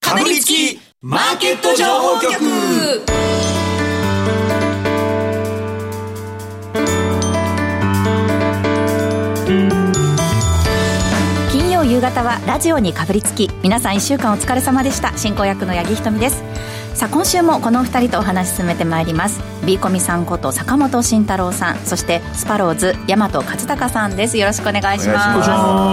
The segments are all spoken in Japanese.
かぶりつきマーケット情報局。 金曜夕方はラジオにかぶりつき、皆さん1週間お疲れ様でした。進行役の八木ひとみです。さあ今週もこの2人とお話進めてまいります。ビーコミさんこと坂本慎太郎さん、そしてスパローズ大和勝孝さんです。よろしくお願いします。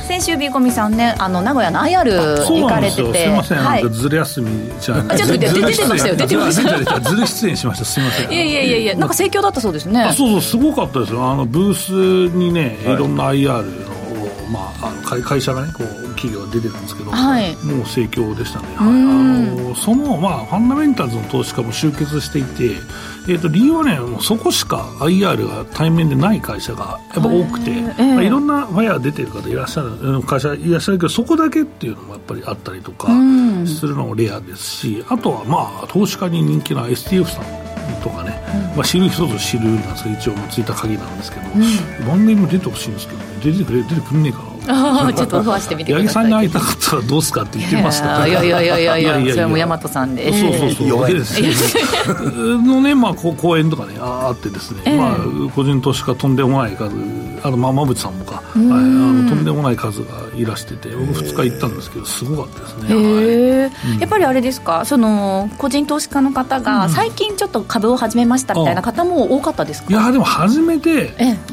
先週ビーコミさんね、名古屋の IR 行かれてて、 すいません、はい、なんかずる休みじゃない、 ちょっと出てましたよ、出てました。 ずる出演しました、すいません。 いやなんか盛況だったそうですね。 そうすごかったですよ。ブースにね、いろんな IR の、会社がね、こう企業が出てるんですけど、はい、もう盛況でしたね。その、ファンダメンタルズの投資家も集結していて、理由はね、もうそこしか IR が対面でない会社がやっぱ多くて、いろんなファイヤー出てる方いらっしゃる、会社いらっしゃるけど、そこだけっていうのもやっぱりあったりとかするのもレアですし、あとは投資家に人気な STF さんとかね、知る人ぞ知るなんですが、一応ついた鍵なんですけど、番組も出てほしいんですけど、出てくれねえかな。 ちょっとオファーしてみてください。 八木さんに会いたかったらどうすかって言ってました。 いやそれはもう大和さんで。 そう弱いですのね、講演とかねあってですね、個人投資家とんでもない数、馬渕さんもか、とんでもない数がいらしてて、僕2日行ったんですけどすごかったですね。 やっぱりあれですか、その個人投資家の方が最近ちょっと株を始めましたみたいな方も多かったですか？ いやでも初めて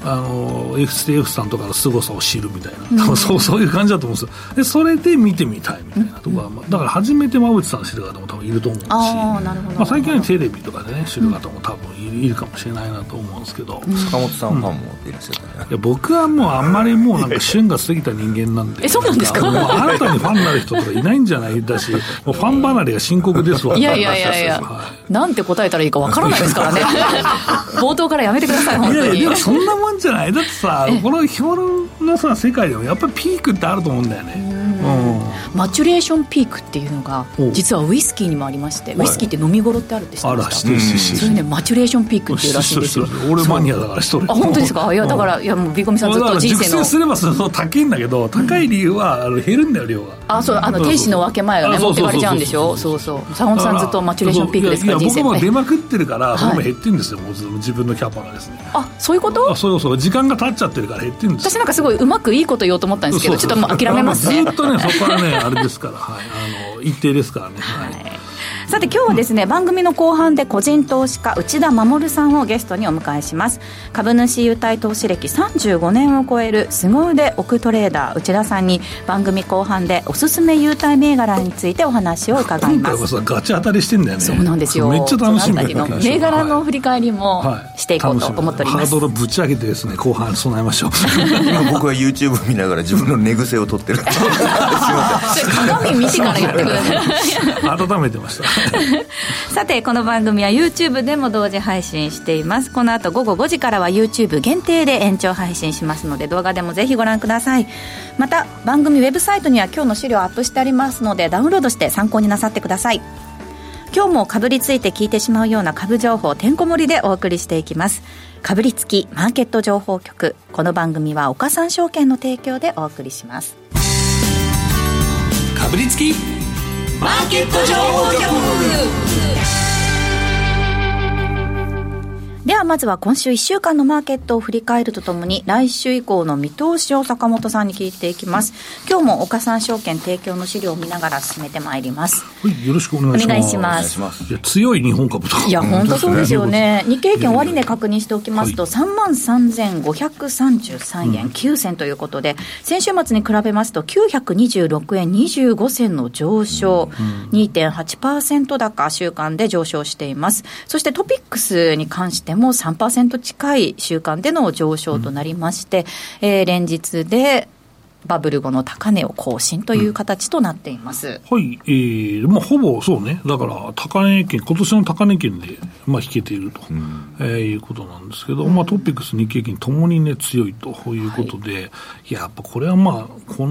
STF さんとかの凄さを知るみたいな、そういう感じだと思うんですよ。でそれで見てみたいみたいなところは、だから初めて馬渕さん知る方も多分いると思うし、 なるほど、 最近はテレビとかでね知る方も多分いるかもしれないなと思うんですけど、 坂本さんファンもいらっしゃるかね。いや僕はもうあんまりもうなんか旬が過ぎた人間なんでそうなんですか？ もう新たにファンになる人とかいないんじゃないだし、もうファン離れが深刻ですわ。 いや、なんて答えたらいいかわからないですからね。冒頭からやめてください本当に。 いやでもそんなもんじゃない。だってさ、この評論のさ世界でもやっぱりピークってあると思うんだよね。 マチュレーションピークっていうのが実はウイスキーにもありまして、ウイスキーって飲み頃ってあるって知ってました？それね、マチュレーションピークっていうらしいんですよ。 俺マニアだから知っとる。 本当ですか？いやだからもうビコミさんずっと人生の熟成すればその高いんだけど、高い理由は減るんだよ量が。 天使の分け前がね持ってかれちゃうんでしょ。そう坂本さんずっとマチュレーションピークですから人生。 僕も出まくってるから僕も減ってるんですよ。もう自分のキャパがですね。 そういうこと？ そう時間が経っちゃってるから減ってるんですよ。 私なんかすごいうまくいいこと言おうと思ったんですけど、ちょっともう諦めますね。 ずっとねそこからねあれですから、一定ですからね。 さて今日はですね、番組の後半で個人投資家内田守さんをゲストにお迎えします。株主優待投資歴35年を超える凄腕億トレーダー内田さんに番組後半でおすすめ優待銘柄についてお話を伺います。 今回はガチ当たりしてんだよね。 そうなんですよ。 めっちゃ楽しみだよ。銘柄の振り返りもしていこうと思っております。 ハードルぶち上げてですね、後半備えましょう。 今僕は YouTube 見ながら自分の寝癖を取ってる。すいません。鏡見てからやってください。 温めてました。 さてこの番組は YouTube でも同時配信しています。この後午後5時からは YouTube 限定で延長配信しますので、動画でもぜひご覧ください。また番組ウェブサイトには今日の資料をアップしてありますので、ダウンロードして参考になさってください。今日もかぶりついて聞いてしまうような株情報てんこ盛りでお送りしていきます。かぶりつきマーケット情報局。この番組は岡三証券の提供でお送りします。 かぶりつきマーケット情報局。 ではまずは今週1週間のマーケットを振り返るとともに、来週以降の見通しを坂本さんに聞いていきます。今日も岡三証券提供の資料を見ながら進めてまいります。 はい、よろしくお願いします。いや強い日本株とか。 いや本当そうですよね。日経平均終値確認しておきますと、33,533円9銭ということで、先週末に比べますと926円25銭の上昇、2.8% 高週間で上昇しています。そしてトピックスに関しても 3% 近い週間での上昇となりまして、連日でバブル後の高値を更新という形となっています。 はい、ほぼそうね。だから高値圏、今年の高値圏で引けていると、いうことなんですけど、トピックス日経平均ともにね強いということで、やっぱこれはこの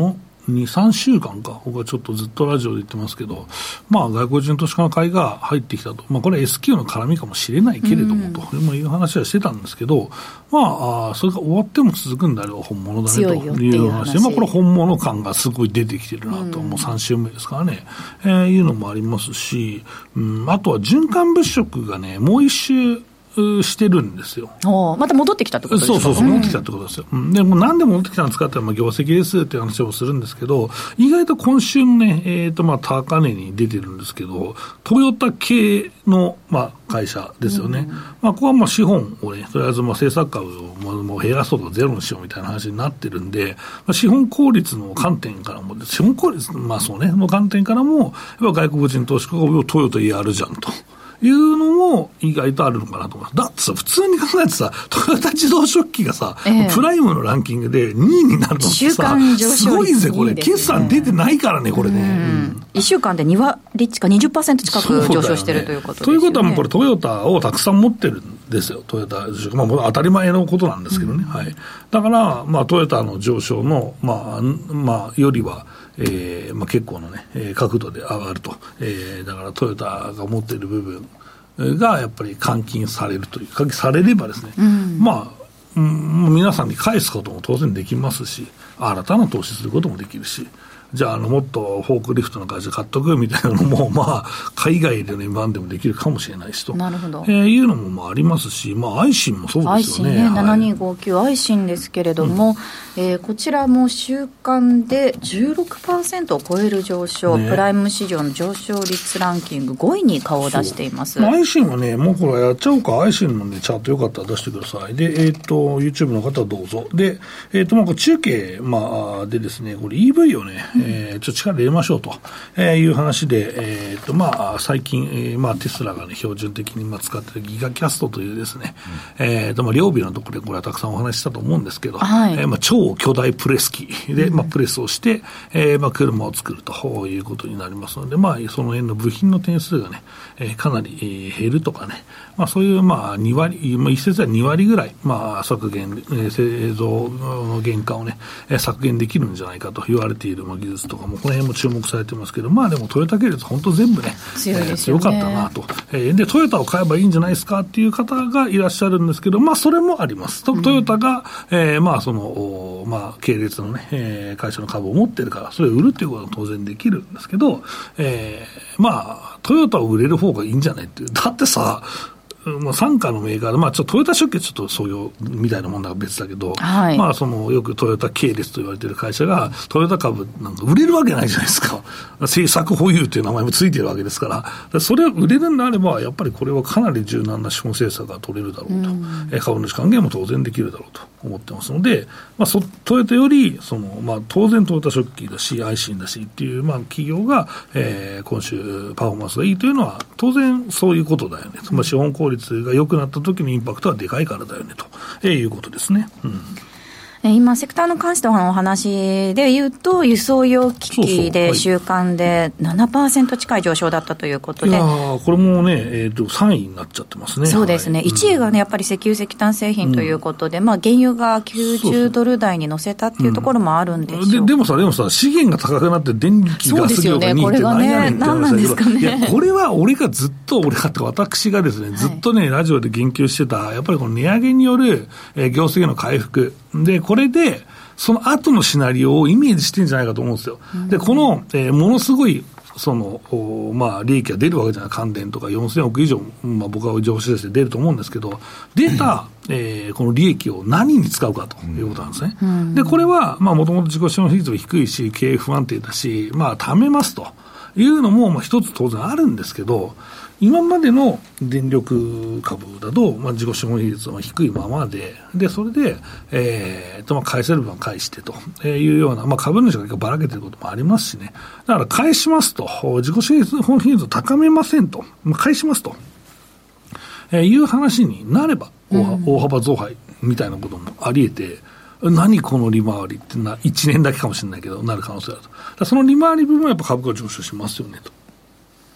2、3週間か、僕はちょっとずっとラジオで言ってますけど、まあ、外国人投資家の買いが入ってきたと、まあ、これは S q の絡みかもしれないけれども、という話はしてたんですけど、まあ、それが終わっても続くんであれば本物だねという話で、まあ、これは本物感がすごい出てきてるなと、もう3週目ですからね、いうのもありますし、あとは循環物色がね、もう一周、してるんですよ。 また戻ってきたってことですか？ そう、戻ってきたってことですよ。でもなんで戻ってきたんですかってまあ業績ですっていう話をするんですけど、意外と今週のね、まあ高値に出てるんですけど、トヨタ系のまあ会社ですよね。まあここはまあ資本をね、とりあえずまあ政策株をもう減らそうとかゼロにしようみたいな話になってるんで、まあ、資本効率の観点からも、資本効率、まあそうね、の観点からも、やっぱ外国人投資家がトヨタやるじゃんと。いうのも意外とあるのかなと思います。だってさ、普通に考えてさ、トヨタ自動食器がさ、プライムのランキングで2位になるのってさ、すごいぜ、これ。決算出てないからね、これね。 1週間で2割近く 20% 近く上昇してるということですよね。 ということはもうこれトヨタをたくさん持ってるんですよ、トヨタ自動食器。まあ、当たり前のことなんですけどね。はい。だから、まあ、トヨタの上昇の、まあ、よりは、まあ、結構のね、角度で上がると。だからトヨタが持っている部分がやっぱり換金されるという、換金されればですね、まあ、皆さんに返すことも当然できますし、新たな投資することもできるし、じゃあ、もっとフォークリフトの会社買っとくみたいなのも、まあ、海外での今でもできるかもしれないしと。 なるほど。 いうのもまあありますし、まあ、アイシンもそうですよね。 アイシンね、7259アイシンですけれども、こちらも週間で 16% を超える上昇、プライム市場の上昇率ランキング5位に顔を出しています。 アイシンはね、もうこれやっちゃおうか。アイシンのね、チャートよかったら出してください。で、YouTube の方はどうぞ。で、まあ、中継、まあ、でですね、これ EV をね、ちょっと力入れましょうという話で、まあ、最近、まあ、テスラがね、標準的に使っているギガキャストというですね、まあ、両備のところでこれはたくさんお話ししたと思うんですけど、まあ、超巨大プレス機で、まあ、プレスをして、まあ、車を作るということになりますので、まあ、その辺の部品の点数がね、かなり、減るとかね、まあ、そういう、まあ、2割、まあ、一説は2割ぐらい、まあ、削減、製造の原価をね、削減できるんじゃないかと言われている、まあ、技術とかも、この辺も注目されてますけど、まあ、でもトヨタ系列、本当全部ね、強かったなと。で、トヨタを買えばいいんじゃないですかっていう方がいらっしゃるんですけど、まあ、それもあります。トヨタが、まあ、その、まあ、系列のね、会社の株を持ってるから、それを売るっていうことは当然できるんですけど、まあ、トヨタを売れる方がいいんじゃないっていう。だってさ、まあ、傘下のメーカーで、まあ、ちょっとトヨタ出血ちょっと創業みたいなものが別だけど、まあ、その、よくトヨタ系列と言われている会社が、トヨタ株なんか売れるわけないじゃないですか。政策保有という名前もついてるわけですから、それを売れるんであれば、やっぱりこれはかなり柔軟な資本政策が取れるだろうと。株主還元も当然できるだろうと思ってますので、まあ、トヨタより、その、まあ、当然トヨタ食器だし、アイシンだしっていう、まあ、企業が、今週パフォーマンスがいいというのは、当然そういうことだよね。まあ、資本効率が良くなった時にインパクトはでかいからだよねということですね。 今セクターの関してのお話で言うと、輸送用機器で週間で 7% 近い上昇だったということで、いやこれもね、3位になっちゃってますね。 そうですね、1位がねやっぱり石油石炭製品ということで、まあ、原油が90ドル台に乗せたっていうところもあるんでしょう。 でもさ資源が高くなって電気ガス業が2位って何やねんって話だけど、いやこれは俺が私がですねずっとね、ラジオで言及してたやっぱりこの値上げによる業績の回復で、これでその後のシナリオをイメージしてるんじゃないかと思うんですよ。でこの、ものすごいそのまあ、利益が出るわけじゃない、関電とか4000億以上、まあ、僕は情報として出ると思うんですけど、出た、この利益を何に使うかということなんですね。でこれはもともと自己資本比率も低いし経営不安定だし、まあ、貯めますというのも、まあ、一つ当然あるんですけど、今までの電力株だと、まあ、自己資本比率は低いままで、それで、まあ、返せる分は返してというような、まあ、株主がばらけていることもありますしね。だから返しますと、自己資本比率を高めませんと、まあ、返しますと、いう話になれば、大幅増配みたいなこともあり得て、何この利回りって1年だけかもしれないけど、なる可能性があると。その利回り分はやっぱ株価上昇しますよねと。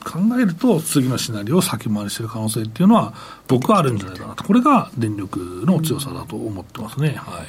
考えると次のシナリオを先回りしている可能性っていうのは僕はあるんじゃないかなと。これが電力の強さだと思ってますね。はい。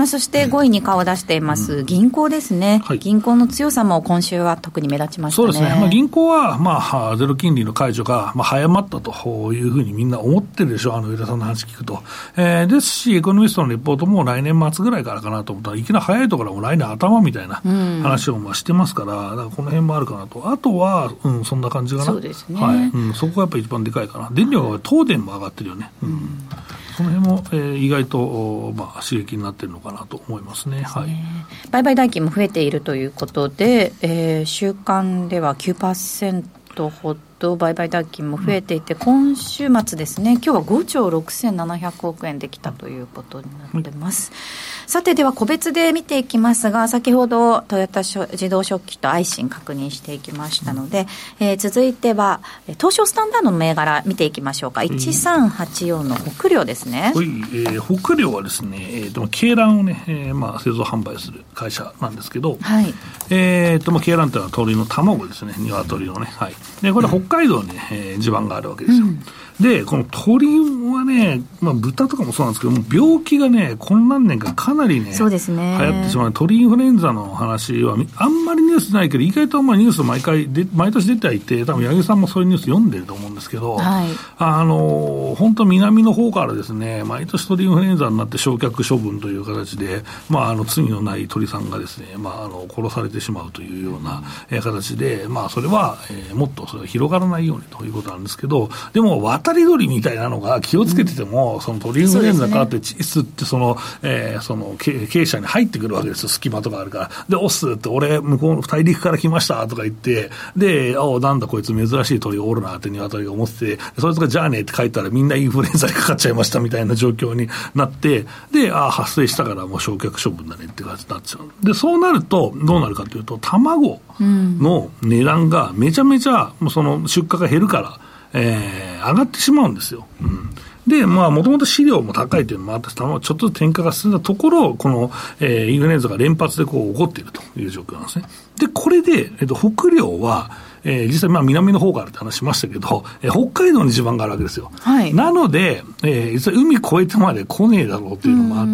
そして5位に顔を出しています銀行ですね、はい、銀行の強さも今週は特に目立ちましたね。 そうですね、銀行は、ゼロ金利の解除が、早まったというふうにみんな思ってるでしょう、上田さんの話聞くと、ですしエコノミストのレポートも来年末ぐらいからかなと思ったらいきなり早いところはもう来年頭みたいな話をしてますから、だからこの辺もあるかなと。あとは、そんな感じかな。 そうですね、 はい、そこがやっぱり一番でかいかな。電力は東電も上がってるよね、その辺も、意外と、刺激になっているのかなと思いますね。はい、 売買代金も増えているということで、週間では 9% ほど売買代金も増えていて、今週末ですね、今日は5兆6700億円できたということになってます。さて、では個別で見ていきますが、先ほどトヨタ自動食器とアイシン確認していきましたので、続いては東証スタンダードの銘柄見ていきましょうか。1384の北陵ですね。 北陵はですね、鶏卵をね、製造販売する会社なんですけど、はい、鶏卵というのは鶏の卵ですね、鶏のね、はい、でこれ北海道に、地盤があるわけですよ、でこの鳥はね、豚とかもそうなんですけども、病気がねこの何年かかなりね、 そうですね、 流行ってしまう。鳥インフルエンザの話はあんまりニュースないけど、意外とニュース毎年出てはいて、多分八木さんもそういうニュース読んでると思うんですけど、はい、本当南の方からですね、毎年鳥インフルエンザになって焼却処分という形で、罪のない鳥さんがですね、殺されてしまうというような形で、それは、もっとそれが広がらないようにということなんですけど、でも渡り鳥みたいなのが気をつけてても、その鳥インフルエンザかってチスってその傾斜に入ってくるわけですよ。隙間とかあるから。で、オスって俺向こうの大陸から来ましたとか言って、で、なんだこいつ珍しい鳥がおるなって鶏が思ってて、そいつがじゃあねって書いたらみんなインフルエンザにかかっちゃいましたみたいな状況になって、で、発生したからもう焼却処分だねって感じになっちゃう。で、そうなるとどうなるかというと、卵の値段がめちゃめちゃもうその出荷が減るから、上がってしまうんですよ。で、もともと飼料も高いというのもあって、ちょっとずつ転嫁が進んだところ、この、インフルエンザが連発で起こっているという状況なんですね。で、これで、北陵は、実際南の方からって話しましたけど、北海道に地盤があるわけですよ。はい、なので、実は海越えてまで来ねえだろうっていうのもあって、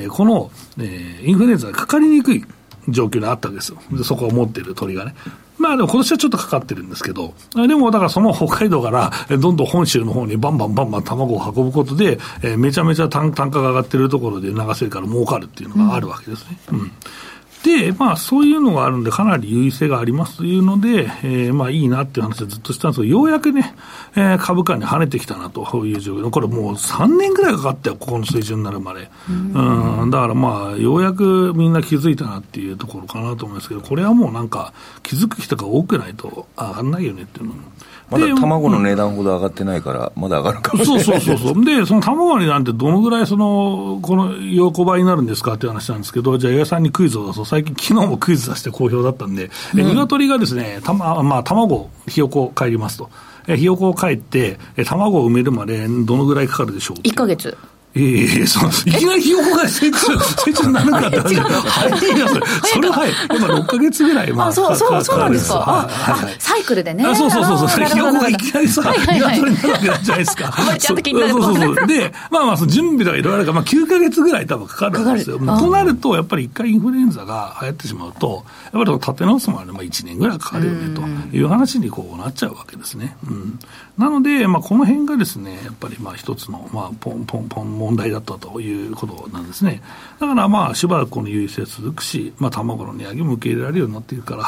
この、インフルエンザがかかりにくい状況にあったわけですよ。で、そこを持っている鳥がね。でも今年はちょっとかかってるんですけど、でもだからその北海道からどんどん本州の方にバンバン卵を運ぶことで、めちゃめちゃ単価が上がってるところで流せるから儲かるっていうのがあるわけですね。で、そういうのがあるんで、かなり優位性がありますというので、いいなっていう話はずっとしたんですけど、ようやくね、株価に跳ねてきたなという状況。これもう3年ぐらいかかったよ、ここの水準になるまで。だからようやくみんな気づいたなっていうところかなと思いますけど、これはもうなんか気づく人が多くないと上がんないよねっていうのも。 まだ卵の値段ほど上がってないから、まだ上がるかもしれない。 そう。で、その卵の値段ってどのぐらいこの横ばいになるんですかっていう話なんですけど、じゃあ、八木さんにクイズを出そう。最近、昨日もクイズ出して好評だったんで、鶏がですね、卵、ひよこ帰りますと。ひよこを帰って、卵を埋めるまでどのぐらいかかるでしょう。 1ヶ月。 いきなりひよこが成長になるかって話。早いよ、それは今6ヶ月ぐらい。 そうなんですか。サイクルでね。 そう。ひよこがいきなり鶏になるわけじゃないですか。そう。で、その準備とかいろいろあるから、9ヶ月ぐらい多分かかるんですよ。となると、やっぱり一回インフルエンザが流行ってしまうと、やっぱり立て直すまで1年ぐらいかかるよねという話になっちゃうわけですね。なので、この辺がですね、やっぱり一つの、ポン問題だったということなんですね。だからしばらくこの優位性続くし、卵の値上げも受け入れられるようになっているから、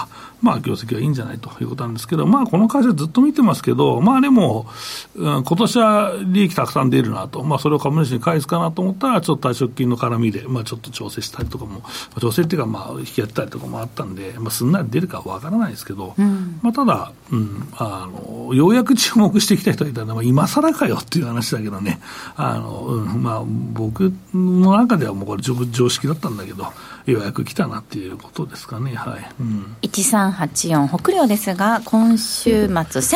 業績はいいんじゃないということなんですけど、この会社ずっと見てますけど、でも、今年は利益たくさん出るなと、それを株主に返すかなと思ったら、ちょっと退職金の絡みで、ちょっと調整したりとかも、調整っていうか、引きやったりとかもあったんで、すんなり出るかはわからないですけど、ただ、ようやく注目してきた人がいたら、今更かよっていう話だけどね、僕の中ではもうこれ常識だったんだけど、ようやく来たなっていうことですかね。はい。 1384北陵ですが、今週末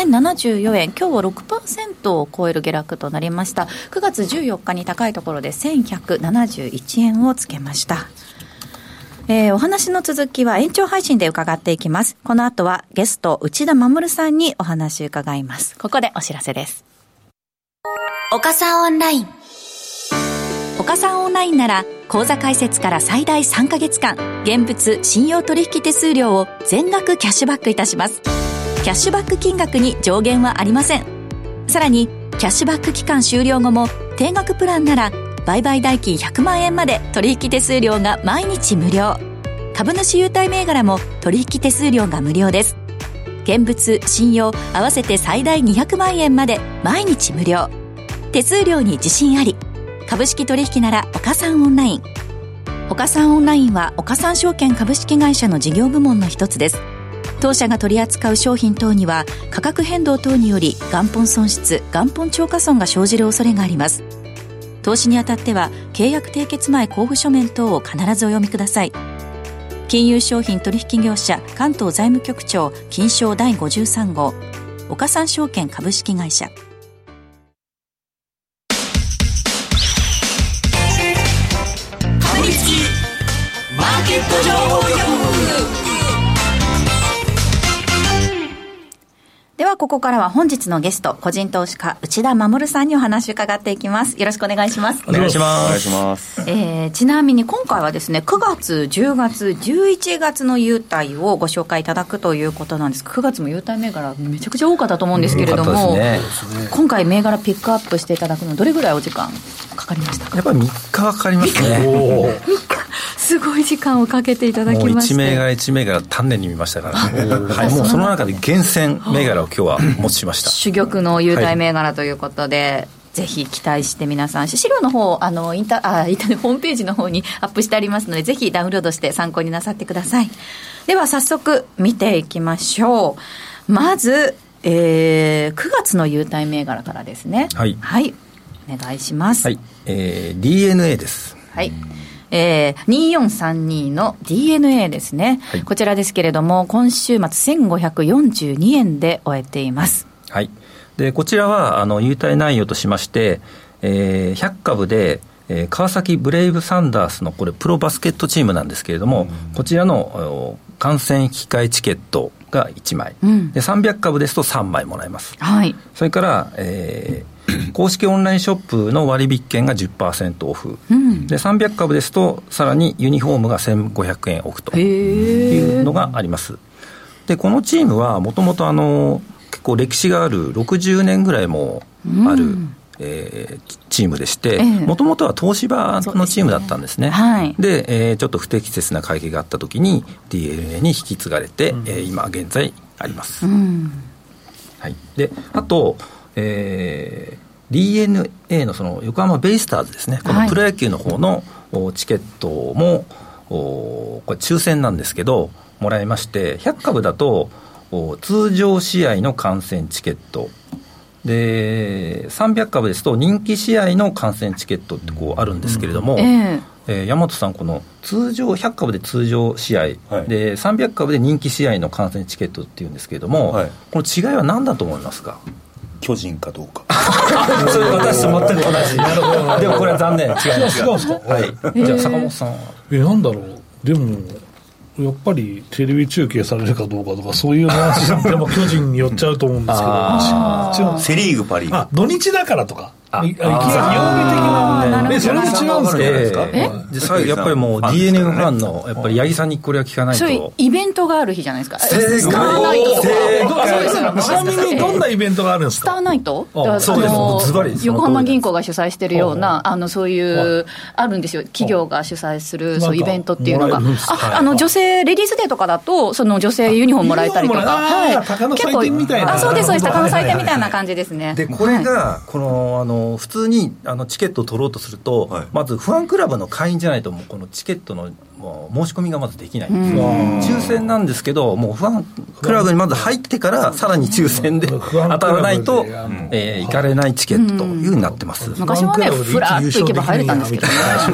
1074円、今日は 6% を超える下落となりました。9月14日に高いところで1171円をつけました。 お話の続きは延長配信で伺っていきます。この後はゲスト内田守さんにお話伺います。ここでお知らせです。 岡さんオンライン。 岡さんオンラインなら口座開設から最大3ヶ月間現物信用取引手数料を全額キャッシュバックいたします。キャッシュバック金額に上限はありません。さらにキャッシュバック期間終了後も定額プランなら売買代金100万円まで取引手数料が毎日無料。株主優待銘柄も取引手数料が無料です。現物信用合わせて最大200万円まで毎日無料。手数料に自信あり。株式取引なら岡三オンライン。岡三オンラインは岡三証券株式会社の事業部門の一つです。当社が取り扱う商品等には価格変動等により元本損失元本超過損が生じる恐れがあります。投資にあたっては契約締結前交付書面等を必ずお読みください。金融商品取引業者関東財務局長金商第53号岡三証券株式会社。 マーケット情報局。 ではここからは本日のゲスト個人投資家内田守さんにお話を伺っていきます。よろしくお願いします。 お願いします。 ちなみに今回はですね9月10月11月の優待をご紹介いただくということなんです。9月も優待銘柄めちゃくちゃ多かったと思うんですけれども、今回銘柄ピックアップしていただくのどれぐらいお時間かかりましたか？ やっぱり3日かかりますね。 3日すごい時間をかけていただきまして、 もう1銘柄1銘柄丹念に見ましたから、ねはい、もうその中で厳選銘柄を今日はお持ちしました。 珠玉の優待銘柄ということで、ぜひ期待して皆さん資料の方インターネットホームページの方にアップしてありますのでぜひダウンロードして参考になさってください。では早速見ていきましょう。まず、9月の優待銘柄からですね。 はい、 はい、お願いします。 はい、DNA です。 はい、2432の DNA ですね、はい、こちらですけれども今週末1542円で終えています。 はい、でこちらは優待内容としまして、100株で、川崎ブレイブサンダースのこれプロバスケットチームなんですけれども、こちらの観戦引換チケットが1枚、で300株ですと3枚もらえます。はい、それから、公式オンラインショップの割引券が 10% オフ、で300株ですとさらにユニフォームが1500円オフというのがあります。でこのチームはもともと結構歴史がある60年ぐらいもある、チームでしてもともとは東芝のチームだったんですね。はい、で、ちょっと不適切な会計があった時に DNA に引き継がれて、今現在あります。はい、であとDNA のその横浜ベイスターズですね、このプロ野球の方のチケットもこれ抽選なんですけどもらいまして、100株だと通常試合の観戦チケットで300株ですと人気試合の観戦チケットってこうあるんですけれども、大和さんこの通常100株で通常試合、で300株で人気試合の観戦チケットっていうんですけれども、この違いは何だと思いますか？ 巨人かどうかそれ私と全く同じ。なるほど。でもこれは残念違います。違うんですか？はい。じゃあ坂本さんはなんだろう。でもやっぱりテレビ中継されるかどうかとかそういう話でも巨人に寄っちゃうと思うんですけどセリーグパリーグ土日だからとか曜日的なそれも違うんですか？ やっぱりもう DNA ファンのやっぱり八木さんにこれは聞かないと。 そういうイベントがある日じゃないですか。 スターナイトとか。ちなみにどんなイベントがあるんですか？ スターナイト、 そうです。ズバリです。 横浜銀行が主催してるようなそういうあるんですよ。企業が主催するそうイベントっていうのが女性レディースデーとかだとその女性ユニフォームもらえたりとか、 鷹の祭典みたいな。 そうですそうです。鷹の祭典みたいな感じですね。 でこれがこの普通にチケットを取ろうとすると、まずファンクラブの会員じゃないともうこのチケットの申し込みがまずできないんですよ。抽選なんですけどもうファンクラブにまず入ってからさらに抽選で当たらないと行かれないチケットという風になってます。 昔はねフラッと行けば入れたんですけどね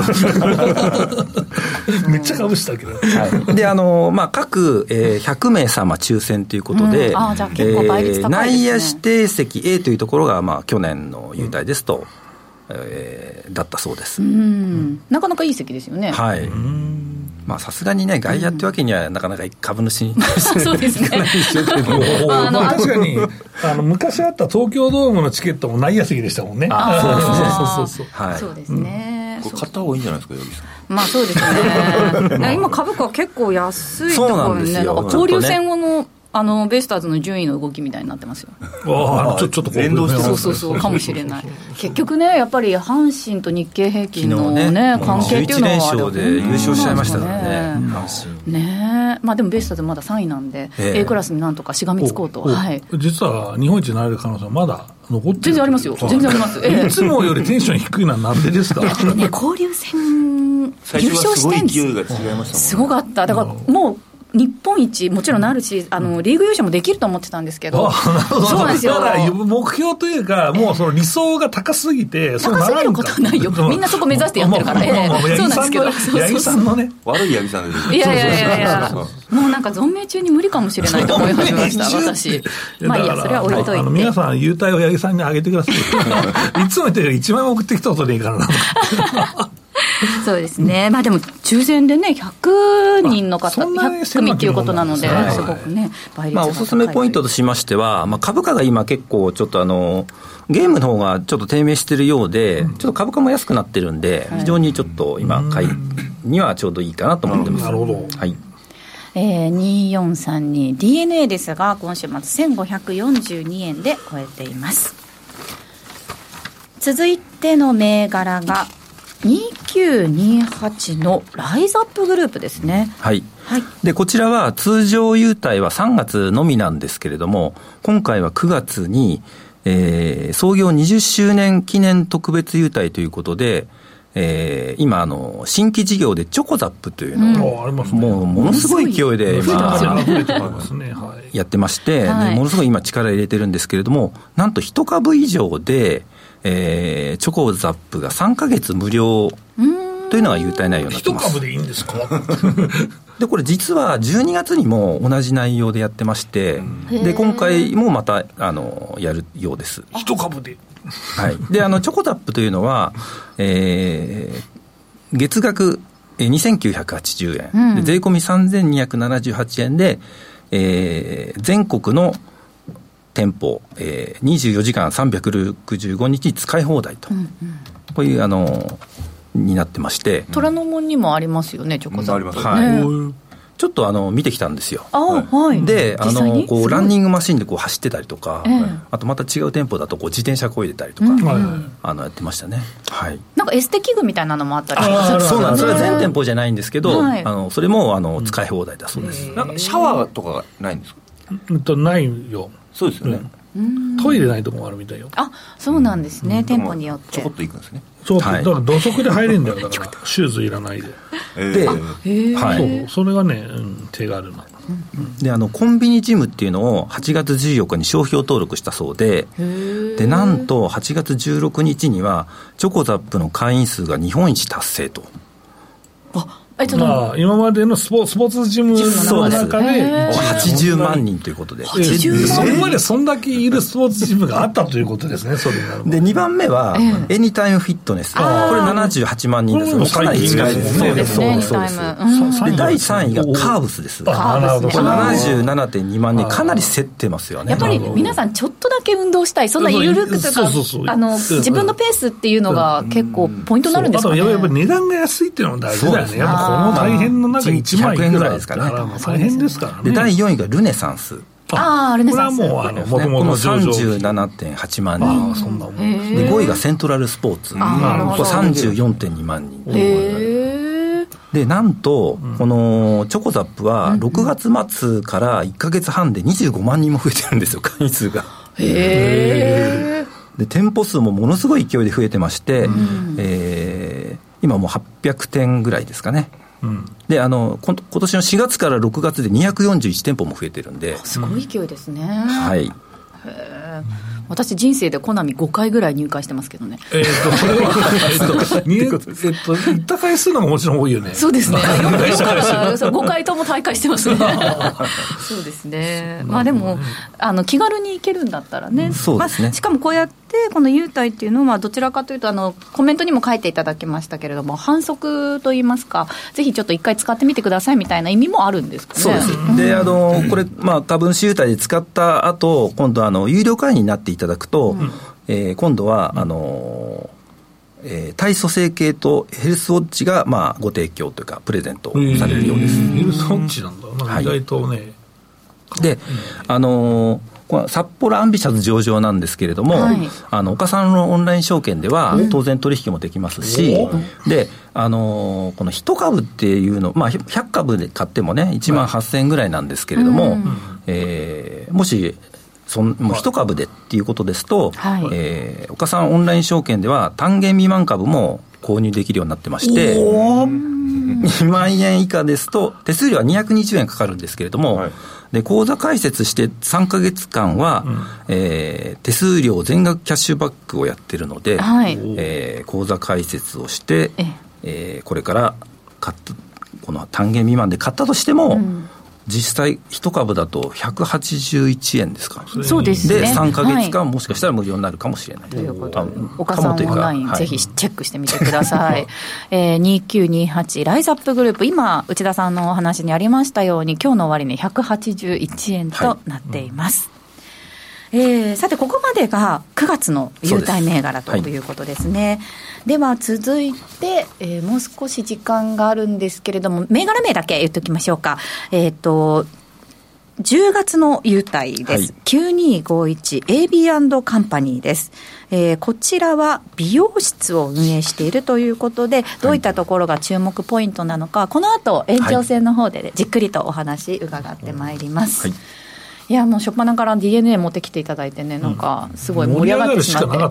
めっちゃかぶしたけど、 で各100名様抽選ということで、 じゃあ結構倍率高いですね。 内野指定席 A というところが去年の優待ですと、だったそうです。 なかなかいい席ですよね。 はい。 まあさすがにね外野ってわけにはなかなか株主にそうですね確かに昔あった東京ドームのチケットも内野席でしたもんね。 そうですね、 これ買った方がいいんじゃないですか、八木さん。 まあそうですね今株価結構安いところにね、なんか交流戦後のベイスターズの順位の動きみたいになってますよ。 ちょっと連動してますね。そうかもしれない。結局ね、やっぱり阪神と日経平均のね関係っていうのは 11連勝で優勝しちゃいましたからね。 ね、まあでもベイスターズまだ3位なんで、A クラスになんとかしがみつこうと。はい。 実は日本一になれる可能性はまだ残ってる。 全然ありますよ。全然あります。 いつもよりテンション低いのはなんでですか。 ね、交流戦優勝してんです。 勢いが違いましたもんね。 すごかった。だからもう。日本一もちろんあるしリーグ優勝もできると思ってたんですけど、そうなんですよ。 だから目標というかもうその理想が高すぎて高すぎることはないよ。みんなそこ目指してやってるからね。そうなんですけど、 八木さんのね悪い八木さんです。 いやもうなんか存命中に無理かもしれないと思い始めました私。まあいいや、それは置いといて。 皆さん優待を八木さんにあげてください。いつも言ってる1万円送ってきたことでいいからな。 そうですね、まあでも抽選でね100人の方100組ということなので、すごくね倍率が高い。 おすすめポイントとしましては、株価が今結構ちょっとゲームの方がちょっと低迷しているようで、ちょっと株価も安くなってるんで、非常にちょっと今買いにはちょうどいいかなと思ってます。 なるほど。 はい。 2432 DNA ですが今週末1542円で超えています。続いての銘柄が2928のライズアップグループですね。 はい、はい、でこちらは通常優待は3月のみなんですけれども、今回は9月に、創業20周年記念特別優待ということで、今新規事業でチョコザップというのを、もうものすごい勢いで今やってまして、はい、ものすごい今力入れてるんですけれども、なんと1株以上でチョコザップが3ヶ月無料というのが優待内容になってます。 1株でいいんですか。 でこれ実は12月にも同じ内容でやってまして、で今回もまたやるようです。 1株で、 はい、でチョコザップというのは、月額2980円、で税込み3278円で、全国の店舗、24時間365日使い放題と、こういうになってまして、 虎ノ門にもありますよね、チョコザップ、 はい、ちょっと見てきたんですよ。 はい、 でこうランニングマシンでこう走ってたりとか、あとまた違う店舗だとこう自転車こいでたりとか、やってましたね。はい、 なんかエステ器具みたいなのもあったりそうなんです。それは全店舗じゃないんですけど、それも使い放題だそうです。 なんかシャワーとかないんですか。 ないよ。 そうですよね。 トイレないとこもあるみたいよ。 あ、そうなんですね、店舗によってちょこっと行くんですね。 そう、だから土足で入れるんだよ。だからシューズいらないで。それがね、手軽な。 でコンビニジムっていうのを8月14日に商標登録したそうで、なんと8月16日にはチョコザップの会員数が日本一達成と。 今までのスポーツジムの中で 80万人ということで、 それまでそんだけいるスポーツジムがあったということですね。それで2番目はエニタイムフィットネス、これ78万人です。かなり近いですね。そうです。で第3位がカーブスです。これ77.2万人、かなり競ってますよね。 やっぱり皆さんちょっとだけ運動したい、そんな緩くとか自分のペースっていうのが結構ポイントになるんですかね。 やっぱり値段が安いっていうのも大事だよね。やっぱこの大変の中1万円ぐらいですからね。大変ですからね。 で第4位がルネサンス。 ルネサンス。 これはもう元々37.8万人。 そんなもん。 で5位がセントラルスポーツ。これ34.2万人。でなんとこのチョコザップは6月末から1ヶ月半で25万人も増えてるんですよ、会員数が。で店舗数もものすごい勢いで増えてまして、今もう800店ぐらいですかね。で今年の4月から6月で241店舗も増えてるんで、 すごい勢いですね。 はい。 私人生でコナミ5回ぐらい入会してますけどね。 それは行った回数のももちろん多いよね。 そうですね。5回とも大会してますね。そうですね。まあでも気軽に行けるんだったらね。 そうですね。 しかもこうやってこの優待っていうのはどちらかというとコメントにも書いていただきましたけれども、反則といいますか、ぜひちょっと一回使ってみてくださいみたいな意味もあるんですかね。 そうです。でこれ株主優待で使った後、今度有料会員になっていただくと、今度は体組成計とヘルスウォッチがご提供というかプレゼントされるようです。 ヘルスウォッチなんだ。意外とね。 で札幌アンビシャス上場なんですけれども、岡さんのオンライン証券では当然取引もできますし、でこの1株っていうの、100株で買ってもね1万8000円ぐらいなんですけれども、もしもう1株でっていうことですと、岡さんオンライン証券では単元未満株も購入できるようになってまして、2万円以下ですと手数料は220円かかるんですけれども、で口座開設して3ヶ月間は、手数料全額キャッシュバックをやってるので、口座開設をして、これからこの単元未満で買ったとしても、実際1株だと181円ですか。 そうですね。 で3ヶ月間もしかしたら無料になるかもしれないということで、 岡さんオンライン、ぜひチェックしてみてください。2928ライズアップグループ、今内田さんのお話にありましたように今日の終値181円となっています。さてここまでが9月の優待銘柄ということですね。では続いて、もう少し時間があるんですけれども、銘柄名だけ言っておきましょうか。10月の優待です。9251 AB& カンパニーです。こちらは美容室を運営しているということで、どういったところが注目ポイントなのか、この後延長戦の方でじっくりとお話伺ってまいります。いやもう初っ端から DNA 持ってきていただいてね、なんかすごい盛り上がってしまって、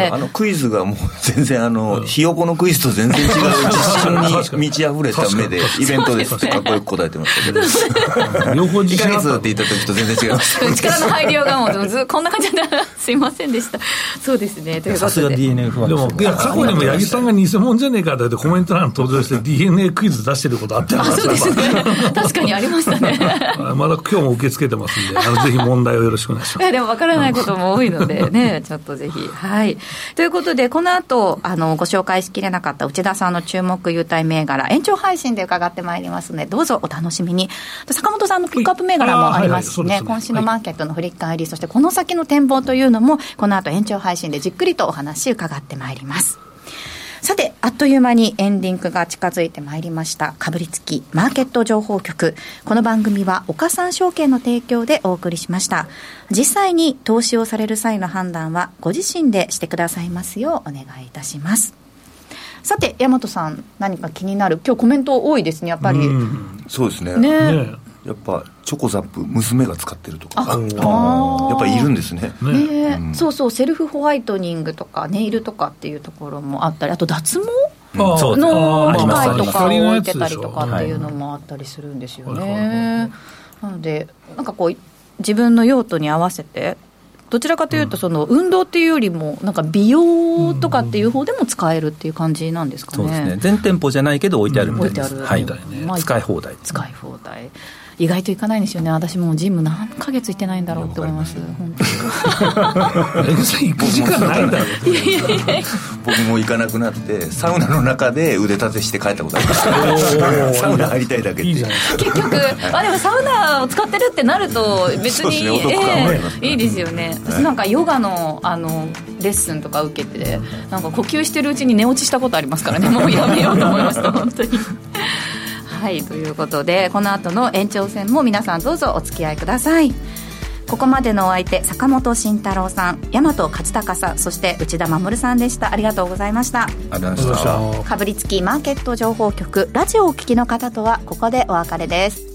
クイズがもう全然ひよこのクイズと全然違う自信に満ち溢れた目でイベントですってかっこよく答えてましたけど、両方2ヶ月って言った時と全然違いました力の入りようがもうこんな感じですいませんでした。そうですね。ということでさすが DNA ファンでもいや過去にも八木さんが偽物じゃねえかってコメント欄に登場して DNA クイズ出してることあったよ。 そうですね。確かにありましたね。 まだ今日も受け付けてますんでぜひ問題をよろしくお願いします。 いやでも分からないことも多いのでねちょっとぜひということで、この後ご紹介しきれなかった内田さんの注目優待銘柄延長配信で伺ってまいりますので、どうぞお楽しみに。坂本さんのピックアップ銘柄もありますしね、今週のマーケットの振り返り、そしてこの先の展望というのもこの後延長配信でじっくりとお話伺ってまいります。さてあっという間にエンディングが近づいてまいりました。かぶりつきマーケット情報局、この番組は岡三証券の提供でお送りしました。実際に投資をされる際の判断はご自身でしてくださいますようお願いいたします。さて大和さん、何か気になる、今日コメント多いですねやっぱり。 そうですね。やっぱチョコザップ娘が使ってるとかやっぱりいるんですね。そうそう、セルフホワイトニングとかネイルとかっていうところもあったり、あと脱毛の機械とかを置いてたりとかっていうのもあったりするんですよね。なのでなんかこう自分の用途に合わせて、どちらかというとその運動っていうよりもなんか美容とかっていう方でも使えるっていう感じなんですかね。 そうですね。全店舗じゃないけど置いてあるみたいです。使い放題。 使い放題。意外と行かないんですよね。私もジム何ヶ月行ってないんだろうって思います。本当に行く時間ないんだろう。 僕も行かなくなってサウナの中で腕立てして帰ったことありますサウナ入りたいだけで。結局でもサウナを使ってるってなると別にいいですよね。私なんかヨガのレッスンとか受けてなんか呼吸してるうちに寝落ちしたことありますからね。もうやめようと思いました本当に。はい、ということでこの後の延長戦も皆さんどうぞお付き合いください。ここまでのお相手、坂本慎太郎さん、大和勝孝さん、そして内田守さんでした。ありがとうございました。 ありがとうございました。 かぶりつきマーケット情報局、ラジオをお聞きの方とはここでお別れです。